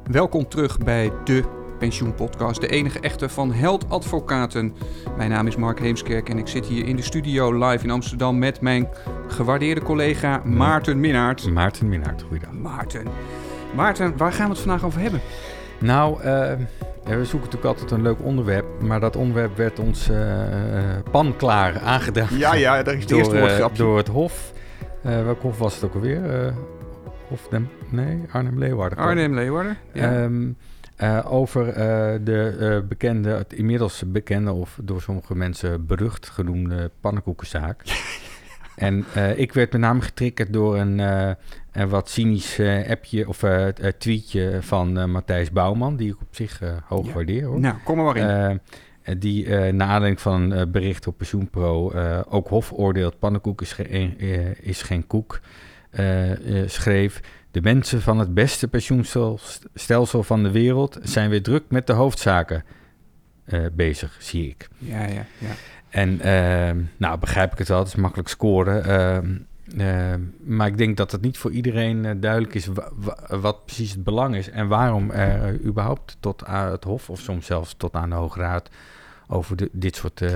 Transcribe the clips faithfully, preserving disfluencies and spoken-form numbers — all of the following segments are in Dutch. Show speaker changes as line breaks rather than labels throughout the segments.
Welkom terug bij de Pensioenpodcast, de enige echte van Held Advocaten. Mijn naam is Mark Heemskerk en ik zit hier in de studio live in Amsterdam met mijn gewaardeerde collega Maarten Minnaert.
Maarten Minnaert, goeiedag.
Maarten. Maarten, waar gaan we het vandaag over hebben?
Nou, uh, we zoeken natuurlijk altijd een leuk onderwerp, maar dat onderwerp werd ons uh, panklaar aangedragen.
Ja, ja, dat is het
door,
eerste woordgrapje.
Uh, door het Hof. Uh, welk Hof was het ook alweer? Uh, Hof Den... Nee, Arnhem-Leeuwarden.
Arnhem-Leeuwarden, ja.
Um, uh, over uh, de uh, bekende, het inmiddels bekende of door sommige mensen berucht genoemde pannenkoekenzaak. En uh, ik werd met name getriggerd door een, uh, een wat cynisch uh, appje of uh, tweetje van uh, Matthijs Bouwman, die ik op zich uh, hoog ja. waardeer. Hoor.
Nou, kom er maar in.
Uh, die uh, na aanleiding van een uh, bericht op PensioenPro uh, ook Hof oordeelt pannenkoek is, ge- uh, is geen koek, uh, uh, schreef: de mensen van het beste pensioenstelsel van de wereld zijn weer druk met de hoofdzaken uh, bezig, zie ik.
Ja, ja, ja.
En uh, nou, begrijp ik het wel, het is makkelijk scoren. Uh, uh, maar ik denk dat het niet voor iedereen uh, duidelijk is wa- wa- wat precies het belang is en waarom er uh, überhaupt tot aan het Hof of soms zelfs tot aan de Hoge Raad over de, dit soort uh,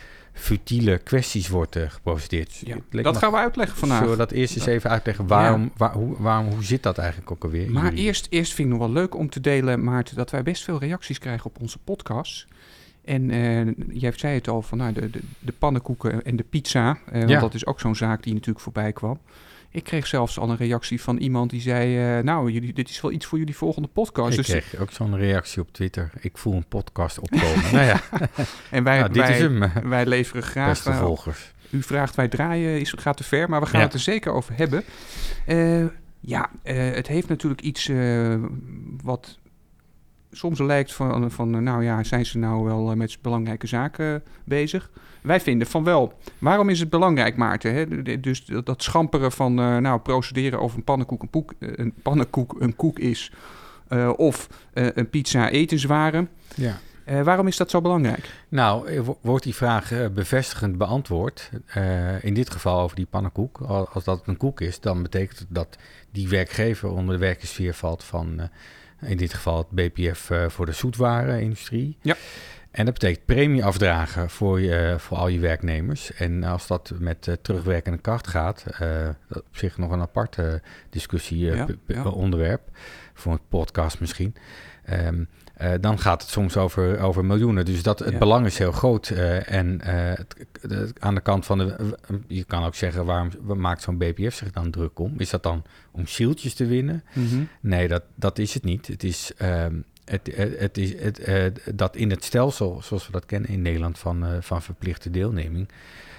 futiele kwesties wordt uh, geprocedeerd.
Ja, dat gaan we uitleggen vandaag.
Zullen we dat eerst eens even uitleggen? Waarom, ja. waar, hoe, waarom, hoe zit dat eigenlijk ook alweer?
Maar eerst, eerst vind ik nog wel leuk om te delen, Maarten, dat wij best veel reacties krijgen op onze podcast. En uh, jij zei het al, van nou, de, de, de pannenkoeken en de pizza. Uh, want
ja.
dat is ook zo'n zaak die natuurlijk voorbij kwam. Ik kreeg zelfs al een reactie van iemand die zei... Uh, nou, jullie, dit is wel iets voor jullie volgende podcast.
Ik
dus
kreeg ook zo'n reactie op Twitter. Ik voel een podcast opkomen. nou ja,
en wij,
nou, dit
wij,
is hem.
wij leveren graag...
Beste volgers.
Uh, u vraagt, wij draaien, is, gaat te ver, maar we gaan ja. het er zeker over hebben. Uh, ja, uh, het heeft natuurlijk iets uh, wat... Soms lijkt van, van, nou ja, zijn ze nou wel met belangrijke zaken bezig? Wij vinden van wel. Waarom is het belangrijk, Maarten? Hè? Dus dat schamperen van, uh, nou, procederen of een pannenkoek een, poek, een pannenkoek een koek is... Uh, of uh, een pizza etenswaren.
Ja.
Uh, waarom is dat zo belangrijk?
Nou, wordt die vraag uh, bevestigend beantwoord. Uh, in dit geval over die pannenkoek. Als dat een koek is, dan betekent het dat die werkgever onder de werkerssfeer valt van... Uh, in dit geval het B P F uh, voor de zoetwarenindustrie.
Ja.
En dat betekent premie afdragen voor, je, voor al je werknemers. En als dat met uh, terugwerkende kracht gaat... Uh, dat op zich nog een aparte discussie uh,
ja,
p- p-
ja.
onderwerp. Voor een podcast misschien. Um, uh, dan gaat het soms over, over miljoenen. Dus dat, het ja. belang is heel groot. Uh, en uh, het, de, aan de kant van de... Uh, je kan ook zeggen, waarom maakt zo'n B P F zich dan druk om? Is dat dan om shieldjes te winnen?
Mm-hmm.
Nee, dat, dat is het niet. Het is, um, het, het, het is het, uh, dat in het stelsel, zoals we dat kennen in Nederland... van, uh, van verplichte deelneming...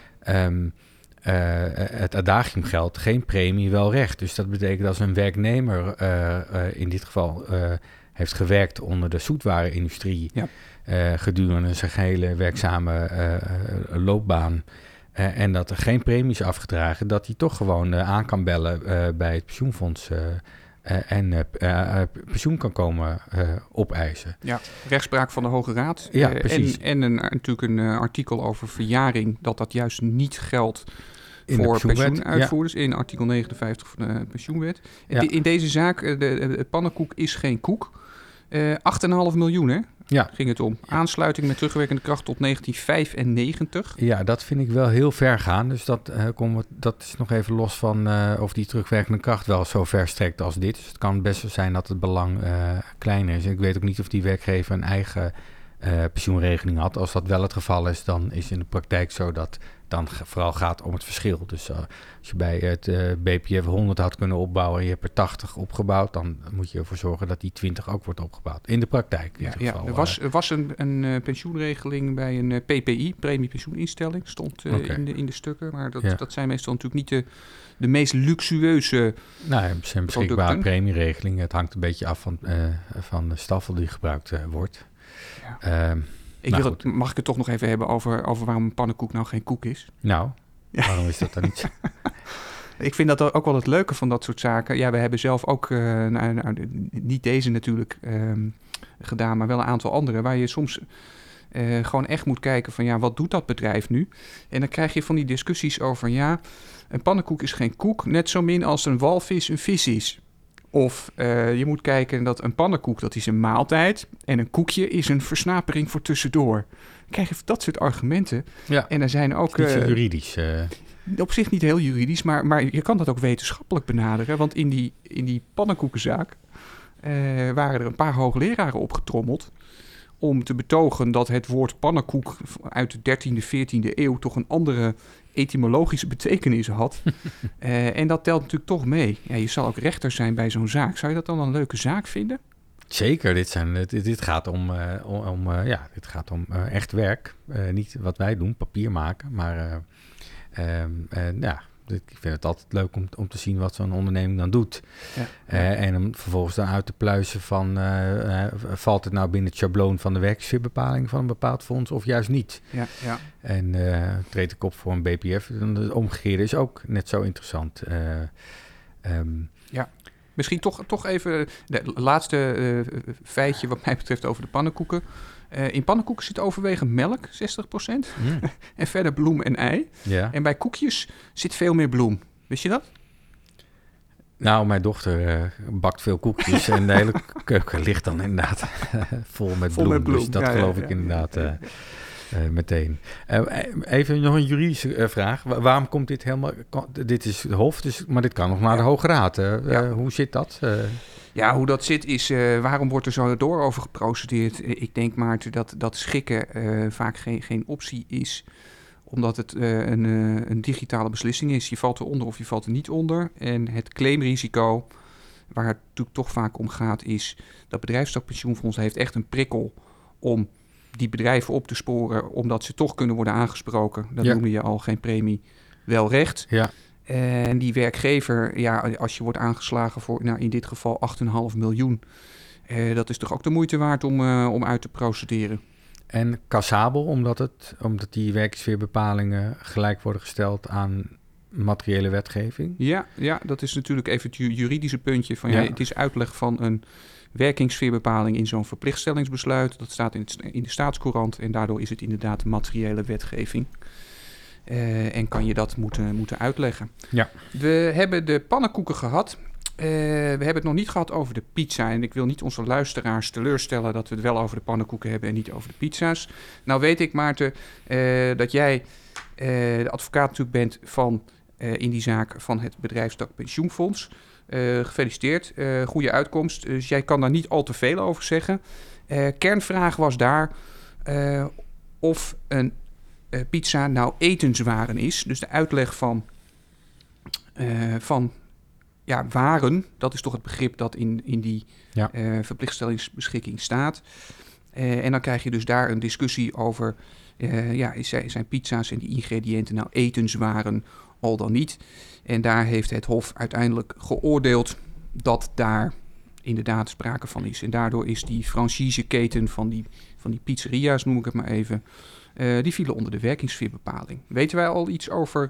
Um, uh, het adagium geldt, geen premie, wel recht. Dus dat betekent als een werknemer uh, uh, in dit geval... Uh, heeft gewerkt onder de zoetwarenindustrie... Ja. Uh, gedurende zijn hele werkzame uh, loopbaan... Uh, en dat er geen premies afgedragen... dat hij toch gewoon uh, aan kan bellen uh, bij het pensioenfonds... Uh, uh, en uh, uh, pensioen kan komen uh, opeisen.
Ja, rechtspraak van de Hoge Raad.
Ja,
uh,
precies.
En, en een, natuurlijk een uh, artikel over verjaring... dat dat juist niet geldt...
In
voor pensioenuitvoerders
ja.
in artikel negenenvijftig van de pensioenwet.
Ja.
In deze zaak, de, de, de pannenkoek is geen koek... Uh, acht komma vijf miljoen, hè?
Ja.
Ging het om. Aansluiting met terugwerkende kracht tot negentien vijfennegentig.
Ja, dat vind ik wel heel ver gaan. Dus dat, uh, kom, dat is nog even los van uh, of die terugwerkende kracht wel zo ver strekt als dit. Dus het kan best wel zijn dat het belang uh, kleiner is. Ik weet ook niet of die werkgever een eigen uh, pensioenregeling had. Als dat wel het geval is, dan is in de praktijk zo dat dan vooral gaat om het verschil. Dus uh, als je bij het uh, B P F honderd had kunnen opbouwen en je hebt er tachtig opgebouwd, dan moet je ervoor zorgen dat die twintig ook wordt opgebouwd. In de praktijk. In
ja,
geval,
ja, er was, er was een, een uh, pensioenregeling bij een uh, P P I, premiepensioeninstelling, stond uh, okay. in, de, in de stukken. Maar dat, ja. dat zijn meestal natuurlijk niet de, de meest luxueuze
Nou, het is een beschikbare premieregeling. Het hangt een beetje af van, uh, van de staffel die gebruikt uh, wordt.
Ja. Uh, Ik wil het, mag ik het toch nog even hebben over, over waarom een pannenkoek nou geen koek is?
Nou, ja. waarom is dat dan niet zo?
Ik vind dat ook wel het leuke van dat soort zaken. Ja, we hebben zelf ook, uh, nou, nou, niet deze natuurlijk um, gedaan, maar wel een aantal andere... waar je soms uh, gewoon echt moet kijken van, ja, wat doet dat bedrijf nu? En dan krijg je van die discussies over, ja, een pannenkoek is geen koek... net zo min als een walvis een vis is. Of uh, je moet kijken dat een pannenkoek, dat is een maaltijd. En een koekje is een versnapering voor tussendoor. Krijg je dat soort argumenten.
Ja.
En er zijn ook...
Niet zo
uh,
juridisch. Uh...
Op zich niet heel juridisch, maar, maar je kan dat ook wetenschappelijk benaderen. Want in die, in die pannenkoekenzaak uh, waren er een paar hoogleraren opgetrommeld om te betogen dat het woord pannenkoek uit de dertiende, veertiende eeuw toch een andere etymologische betekenis had. uh, en dat telt natuurlijk toch mee. Ja, je zal ook rechter zijn bij zo'n zaak. Zou je dat dan een leuke zaak vinden?
Zeker, dit, zijn, dit, dit gaat om, uh, om, om uh, ja, dit gaat om uh, echt werk. Uh, niet wat wij doen, papier maken, maar uh, uh, uh, ja, ik vind het altijd leuk om, om te zien wat zo'n onderneming dan doet. Ja. Uh, en om vervolgens dan uit te pluizen van, uh, uh, valt het nou binnen het schabloon van de werksfeerbepaling van een bepaald fonds of juist niet?
Ja, ja.
En uh, treed ik op voor een B P F, dan de omgekeerde is ook net zo interessant. Uh, um,
ja. Misschien toch, toch even het laatste uh, feitje wat mij betreft over de pannenkoeken. Uh, in pannenkoeken zit overwegend melk, zestig procent. Mm. En verder bloem en ei.
Ja.
En bij koekjes zit veel meer bloem. Wist je dat?
Nou, mijn dochter uh, bakt veel koekjes en de hele keuken ligt dan inderdaad vol met
vol
bloem.
Met bloem.
Dus dat
ja,
geloof
ja,
ik
ja,
inderdaad
ja, ja.
Uh, uh, meteen. Uh, even nog een juridische uh, vraag. Wa- waarom komt dit helemaal... Kan, dit is het Hof, dus, maar dit kan nog naar ja. de Hoge Raad. Uh, ja. uh, hoe zit dat? Uh,
Ja, hoe dat zit is, uh, waarom wordt er zo door over geprocedeerd? Ik denk, Maarten, dat, dat schikken uh, vaak geen, geen optie is, omdat het uh, een, uh, een digitale beslissing is. Je valt eronder of je valt er niet onder. En het claimrisico, waar het natuurlijk toch vaak om gaat, is dat bedrijfstakpensioenfonds heeft echt een prikkel om die bedrijven op te sporen, omdat ze toch kunnen worden aangesproken. Dat ja. noemde je al, geen premie, wel recht.
Ja.
En die werkgever, ja, als je wordt aangeslagen voor, nou, in dit geval acht komma vijf miljoen... Eh, dat is toch ook de moeite waard om, uh, om uit te procederen.
En cassabel, omdat, het, omdat die werksfeerbepalingen gelijk worden gesteld aan materiële wetgeving?
Ja, ja, dat is natuurlijk even het juridische puntje. Van, ja. Ja, het is uitleg van een werkingssfeerbepaling in zo'n verplichtstellingsbesluit. Dat staat in, het, in de staatscourant en daardoor is het inderdaad materiële wetgeving. Uh, en kan je dat moeten, moeten uitleggen.
Ja.
We hebben de pannenkoeken gehad. Uh, we hebben het nog niet gehad over de pizza. En ik wil niet onze luisteraars teleurstellen dat we het wel over de pannenkoeken hebben en niet over de pizza's. Nou weet ik, Maarten, uh, dat jij uh, de advocaat natuurlijk bent van, uh, in die zaak van het bedrijfstak pensioenfonds. Uh, gefeliciteerd, uh, goede uitkomst. Dus jij kan daar niet al te veel over zeggen. Uh, kernvraag was daar uh, of een Uh, pizza nou etenswaren is. Dus de uitleg van, uh, van ja, waren, dat is toch het begrip dat in, in die ja. uh, verplichtstellingsbeschikking staat. Uh, en dan krijg je dus daar een discussie over, uh, ja, is, zijn pizza's en die ingrediënten nou etenswaren al dan niet? En daar heeft het Hof uiteindelijk geoordeeld dat daar inderdaad sprake van is. En daardoor is die franchiseketen van die, van die pizzeria's, noem ik het maar even, Uh, die vielen onder de werkingssfeerbepaling. Weten wij al iets over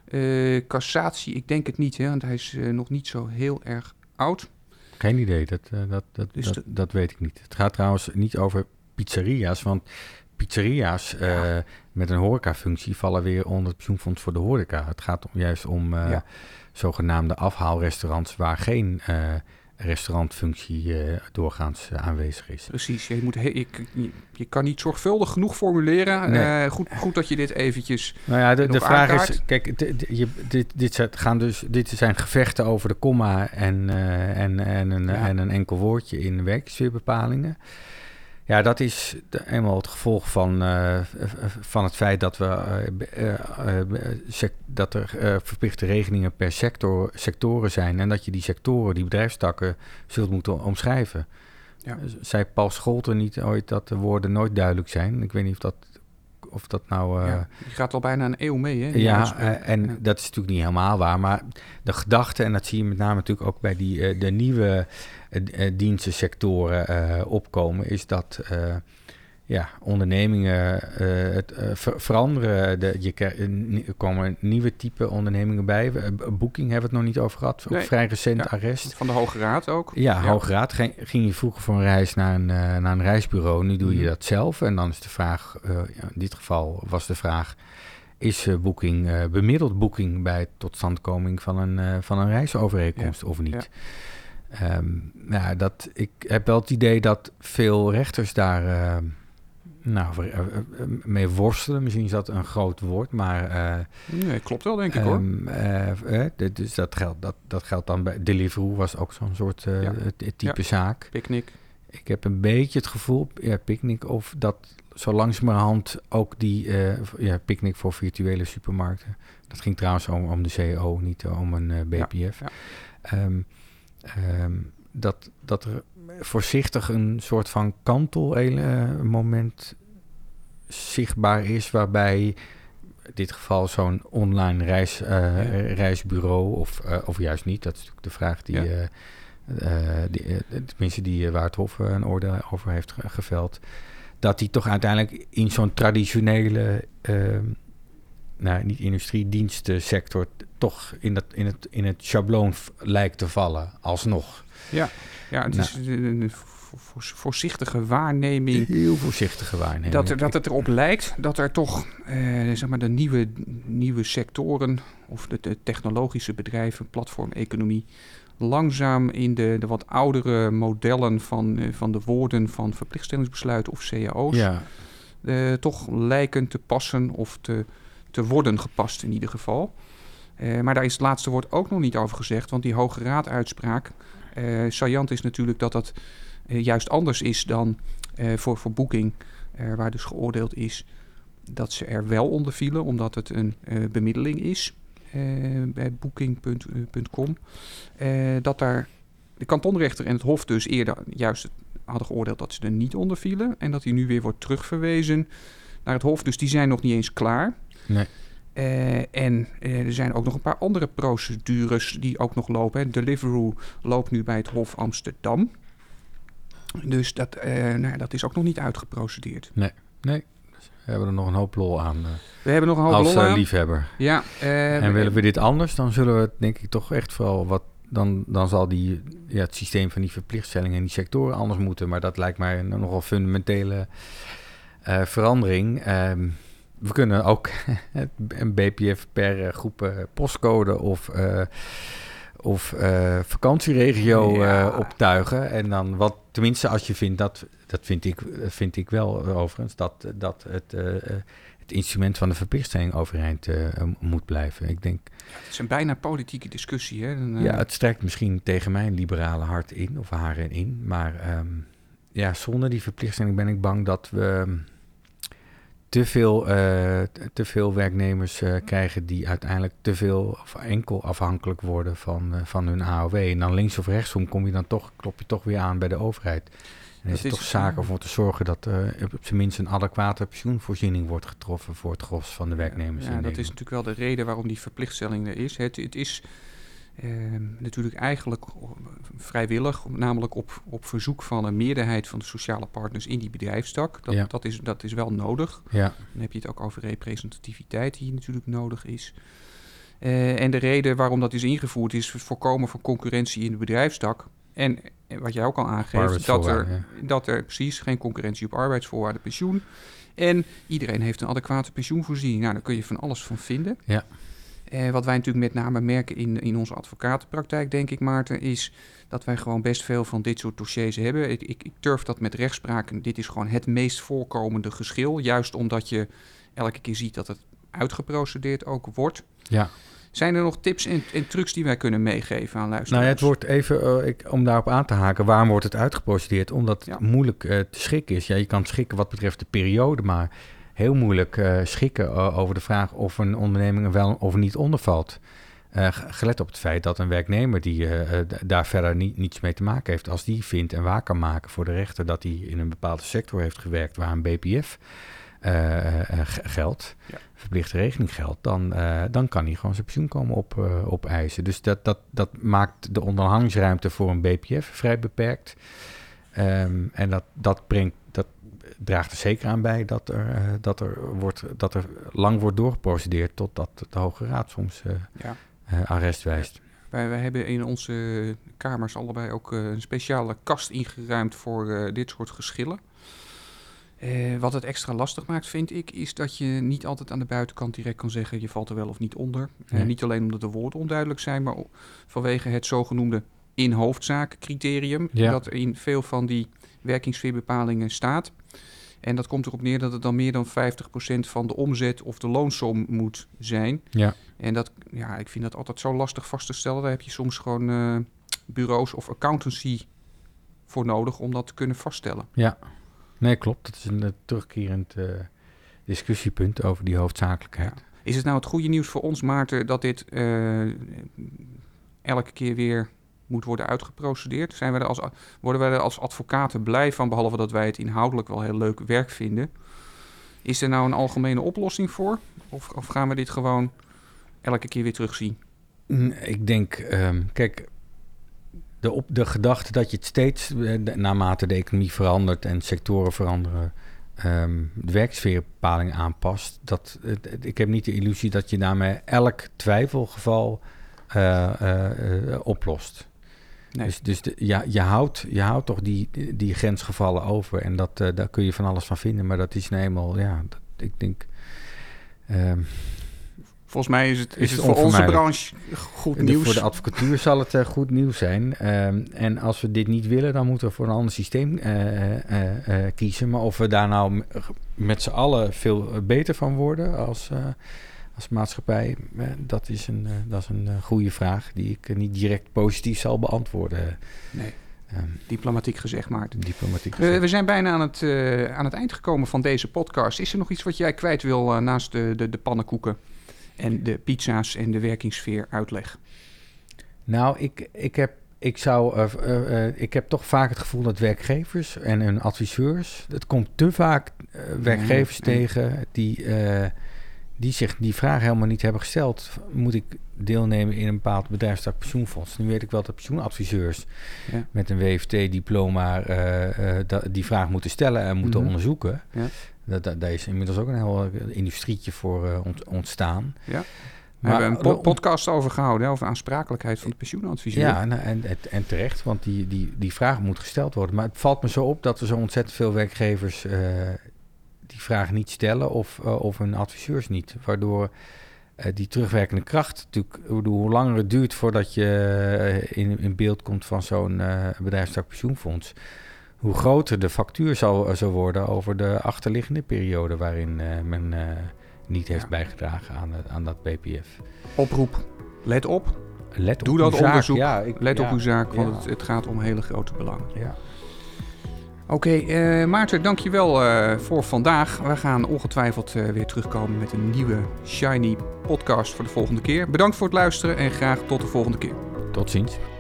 uh, cassatie? Ik denk het niet, hè, want hij is uh, nog niet zo heel erg oud.
Geen idee, dat, uh, dat, dat, dus dat, de... dat weet ik niet. Het gaat trouwens niet over pizzeria's, want pizzeria's uh, ja. met een horecafunctie vallen weer onder het pensioenfonds voor de horeca. Het gaat om, juist om uh, ja. zogenaamde afhaalrestaurants waar geen Uh, restaurantfunctie uh, doorgaans uh, aanwezig is.
Precies, je, moet he- je, je, je kan niet zorgvuldig genoeg formuleren. Nee. Uh, goed, goed dat je dit eventjes
Nou ja, de, de vraag
aankaart.
is, kijk, de, de, je, dit, dit, gaan dus, dit zijn gevechten over de komma en, uh, en, en, een, ja. en een enkel woordje in werksfeerbepalingen. Ja, dat is de, eenmaal het gevolg van, uh, van het feit dat, we, uh, uh, uh, sec- dat er uh, verplichte regelingen per sector, sectoren zijn en dat je die sectoren, die bedrijfstakken, zult moeten omschrijven. Ja. Zei Paul Scholten niet ooit dat de woorden nooit duidelijk zijn? Ik weet niet of dat, of dat nou... Uh,
ja, je gaat al bijna een eeuw mee, hè?
Ja, uh, en ja. dat is natuurlijk niet helemaal waar, maar de gedachte, en dat zie je met name natuurlijk ook bij die, uh, de nieuwe uh, dienstensectoren uh, opkomen, is dat uh, ja, ondernemingen uh, het uh, ver- veranderen. De, je krijg, uh, er komen nieuwe type ondernemingen bij. Uh, Booking hebben we het nog niet over gehad. Ook nee. vrij recent ja, arrest.
Van de Hoge Raad ook.
Ja, ja. Hoge Raad. Ging, ging je vroeger voor een reis naar een, uh, naar een reisbureau. Nu doe je dat zelf. En dan is de vraag, uh, in dit geval was de vraag, is uh, Booking, uh, bemiddeld Booking bij totstandkoming van een, uh, van een reisovereenkomst ja. of niet? Um, nou, dat, ik heb wel het idee dat veel rechters daar uh, nou, uh, mee worstelen. Misschien is dat een groot woord, maar... Uh,
nee, klopt wel, denk ik,
um,
hoor.
Uh, uh, dus dat geldt, dat, dat geldt dan bij Deliveroo, was ook zo'n soort uh, ja. type ja. zaak.
Picnic.
Ik heb een beetje het gevoel, ja, Picnic, of dat zo langzamerhand ook die... Uh, ja, Picnic voor virtuele supermarkten. Dat ging trouwens om, om de C E O, niet om een uh, B P F. Ja. Ja. Um, Um, dat, dat er voorzichtig een soort van kantelmoment zichtbaar is, waarbij in dit geval zo'n online reis, uh, ja. reisbureau, of, uh, of juist niet, dat is natuurlijk de vraag die, ja. uh, uh, die uh, tenminste die uh, waar het Hof uh, een oordeel over heeft ge- geveld, dat die toch uiteindelijk in zo'n traditionele, uh, nou niet industriedienstensector, toch in, dat, in, het, in het schabloon v- lijkt te vallen, alsnog.
Ja, ja het nou. is een voorzichtige waarneming.
Heel voorzichtige waarneming.
Dat, er, dat het erop lijkt dat er toch eh, zeg maar de nieuwe, nieuwe sectoren, of de, de technologische bedrijven, platformeconomie, langzaam in de, de wat oudere modellen van, uh, van de woorden van verplichtstellingsbesluiten of C A O's ja. uh, toch lijken te passen of te, te worden gepast in ieder geval. Uh, maar daar is het laatste woord ook nog niet over gezegd, want die Hoge Raad-uitspraak, uh, saillant is natuurlijk dat dat uh, juist anders is dan uh, voor, voor Booking, uh, waar dus geoordeeld is dat ze er wel onder vielen, omdat het een uh, bemiddeling is uh, bij booking punt com. Uh, dat daar de kantonrechter en het Hof dus eerder juist hadden geoordeeld dat ze er niet onder vielen en dat die nu weer wordt terugverwezen naar het Hof. Dus die zijn nog niet eens klaar.
Nee.
Uh, en uh, er zijn ook nog een paar andere procedures die ook nog lopen. Hè. Deliveroo loopt nu bij het Hof Amsterdam. Dus dat, uh, nou, dat is ook nog niet uitgeprocedeerd.
Nee, nee. Dus we hebben er nog een hoop lol aan. Uh,
we hebben nog een hoop
als,
lol aan.
Als uh, liefhebber.
Ja. Uh,
en willen we dit anders, dan zullen we het denk ik toch echt vooral wat... Dan, dan zal die, ja, het systeem van die verplichtstellingen en die sectoren anders moeten. Maar dat lijkt mij een nogal fundamentele uh, verandering. Um, We kunnen ook een B P F per uh, groep uh, postcode of, uh, of uh, vakantieregio ja. uh, optuigen. En dan wat, tenminste als je vindt, dat, dat vind ik, vind ik wel uh, overigens, dat, dat het, uh, het instrument van de verplichtstelling overeind uh, moet blijven. Ik denk...
Het is een bijna politieke discussie, hè? Dan, uh...
Ja, het strekt misschien tegen mijn liberale hart in, of haren in. Maar um, ja, zonder die verplichtstelling ben ik bang dat we... te veel, uh, te veel werknemers uh, krijgen die uiteindelijk te veel of enkel afhankelijk worden van, uh, van hun A O W. En dan links of rechtsom kom je dan toch, klop je toch weer aan bij de overheid. En is het is toch zaak om voor te zorgen dat uh, op zijn minst een adequate pensioenvoorziening wordt getroffen voor het gros van de werknemers.
Ja,
in
ja dat
Nederland.
is natuurlijk wel de reden waarom die verplichtstelling er is. Het, het is uh, natuurlijk eigenlijk vrijwillig, namelijk op, op verzoek van een meerderheid van de sociale partners in die bedrijfstak. Dat, ja. dat, is, dat is wel nodig.
Ja.
Dan heb je het ook over representativiteit die natuurlijk nodig is. Uh, en de reden waarom dat is ingevoerd is het voorkomen van concurrentie in de bedrijfstak. En wat jij ook al aangeeft, dat er, ja. dat er precies geen concurrentie op arbeidsvoorwaarden, pensioen. En iedereen heeft een adequate pensioenvoorziening. Nou, daar kun je van alles van vinden.
Ja.
Uh, wat wij natuurlijk met name merken in, in onze advocatenpraktijk, denk ik, Maarten, is dat wij gewoon best veel van dit soort dossiers hebben. Ik, ik, ik durf dat met rechtspraak. Dit is gewoon het meest voorkomende geschil. Juist omdat je elke keer ziet dat het uitgeprocedeerd ook wordt.
Ja.
Zijn er nog tips en, en trucs die wij kunnen meegeven aan luisteraars?
Nou ja, het wordt even, uh, ik, om daarop aan te haken, waarom wordt het uitgeprocedeerd? Omdat ja. het moeilijk uh, te schikken is. Ja, je kan schikken wat betreft de periode, maar heel moeilijk uh, schikken uh, over de vraag of een onderneming er wel of niet onder valt. Uh, gelet op het feit dat een werknemer die uh, d- daar verder niet, niets mee te maken heeft, als die vindt en waar kan maken voor de rechter dat hij in een bepaalde sector heeft gewerkt waar een B P F uh, uh, geldt, ja. verplichte regeling geldt, dan, uh, dan kan hij gewoon zijn pensioen komen op, uh, opeisen. Dus dat, dat, dat maakt de onderhandelingsruimte voor een B P F vrij beperkt. Um, en dat, dat brengt dat draagt er zeker aan bij dat er, uh, dat er, wordt, dat er lang wordt doorgeprocedeerd totdat de Hoge Raad soms uh, ja. uh, arrest wijst.
Wij, wij hebben in onze kamers allebei ook uh, een speciale kast ingeruimd voor uh, dit soort geschillen. Uh, wat het extra lastig maakt, vind ik, is dat je niet altijd aan de buitenkant direct kan zeggen je valt er wel of niet onder. Nee. Uh, niet alleen omdat de woorden onduidelijk zijn, maar vanwege het zogenoemde in hoofdzaak criterium.
Ja.
Dat in veel van die werkingssfeerbepalingen staat. En dat komt erop neer dat het dan meer dan vijftig procent van de omzet of de loonsom moet zijn.
Ja.
En dat, ja, ik vind dat altijd zo lastig vast te stellen. Daar heb je soms gewoon uh, bureaus of accountancy voor nodig om dat te kunnen vaststellen.
Ja, nee, klopt. Dat is een uh, terugkerend uh, discussiepunt over die hoofdzakelijkheid.
Ja. Is het nou het goede nieuws voor ons, Maarten, dat dit uh, elke keer weer moet worden uitgeprocedeerd? Zijn we er als, worden wij er als advocaten blij van, behalve dat wij het inhoudelijk wel heel leuk werk vinden? Is er nou een algemene oplossing voor? Of, of gaan we dit gewoon elke keer weer terugzien?
Ik denk, um, kijk, de, op, de gedachte dat je het steeds, de, naarmate de economie verandert en sectoren veranderen, um, de werksfeerbepaling aanpast. Dat, uh, ik heb niet de illusie dat je daarmee elk twijfelgeval uh, uh, uh, oplost. Nee. Dus, dus de, ja, je, houdt, je houdt toch die, die grensgevallen over en dat, uh, daar kun je van alles van vinden. Maar dat is nou eenmaal, ja, dat, ik denk... Um,
Volgens mij is het, is is het voor onze branche goed
de,
nieuws.
Voor de advocatuur zal het uh, goed nieuws zijn. Um, en als we dit niet willen, dan moeten we voor een ander systeem uh, uh, uh, kiezen. Maar of we daar nou met z'n allen veel beter van worden als, uh, als maatschappij, uh, dat is een, uh, dat is een uh, goede vraag die ik uh, niet direct positief zal beantwoorden.
Nee. Um, diplomatiek gezegd, Maarten.
Diplomatiek gezegd.
Uh, we zijn bijna aan het, uh, aan het eind gekomen van deze podcast. Is er nog iets wat jij kwijt wil uh, naast de, de, de pannenkoeken en de pizza's en de werkingssfeer uitleg?
Nou, ik, ik, heb, ik, zou, uh, uh, uh, ik heb toch vaak het gevoel dat werkgevers en hun adviseurs, het komt te vaak uh, werkgevers ja, ja. tegen die, uh, die zich die vraag helemaal niet hebben gesteld. Moet ik deelnemen in een bepaald bedrijfstak pensioenfonds? Nu weet ik wel dat pensioenadviseurs ja. met een W F T-diploma uh, uh, da, die vraag moeten stellen en moeten mm-hmm. onderzoeken. Ja. Dat, dat, daar is inmiddels ook een heel industrietje voor uh, ont, ontstaan.
Ja. We maar, hebben een po- podcast over gehouden, hè, over aansprakelijkheid van de pensioenadviseur.
Ja, nou, en, en terecht, want die, die, die vraag moet gesteld worden. Maar het valt me zo op dat er zo ontzettend veel werkgevers uh, die vraag niet stellen of, uh, of hun adviseurs niet. Waardoor uh, die terugwerkende kracht natuurlijk, hoe langer het duurt voordat je uh, in, in beeld komt van zo'n uh, bedrijfstak pensioenfonds, hoe groter de factuur zal, zal worden over de achterliggende periode waarin uh, men uh, niet heeft ja. bijgedragen aan, aan dat B P F.
Oproep, let op.
Let
Doe
op
dat
zaak.
onderzoek.
Ja, ik,
let
ja,
op uw zaak, want
ja.
het, het gaat om hele grote belangen.
Ja.
Oké, okay, uh, Maarten, dankjewel uh, voor vandaag. We gaan ongetwijfeld uh, weer terugkomen met een nieuwe Shiny podcast voor de volgende keer. Bedankt voor het luisteren en graag tot de volgende keer.
Tot ziens.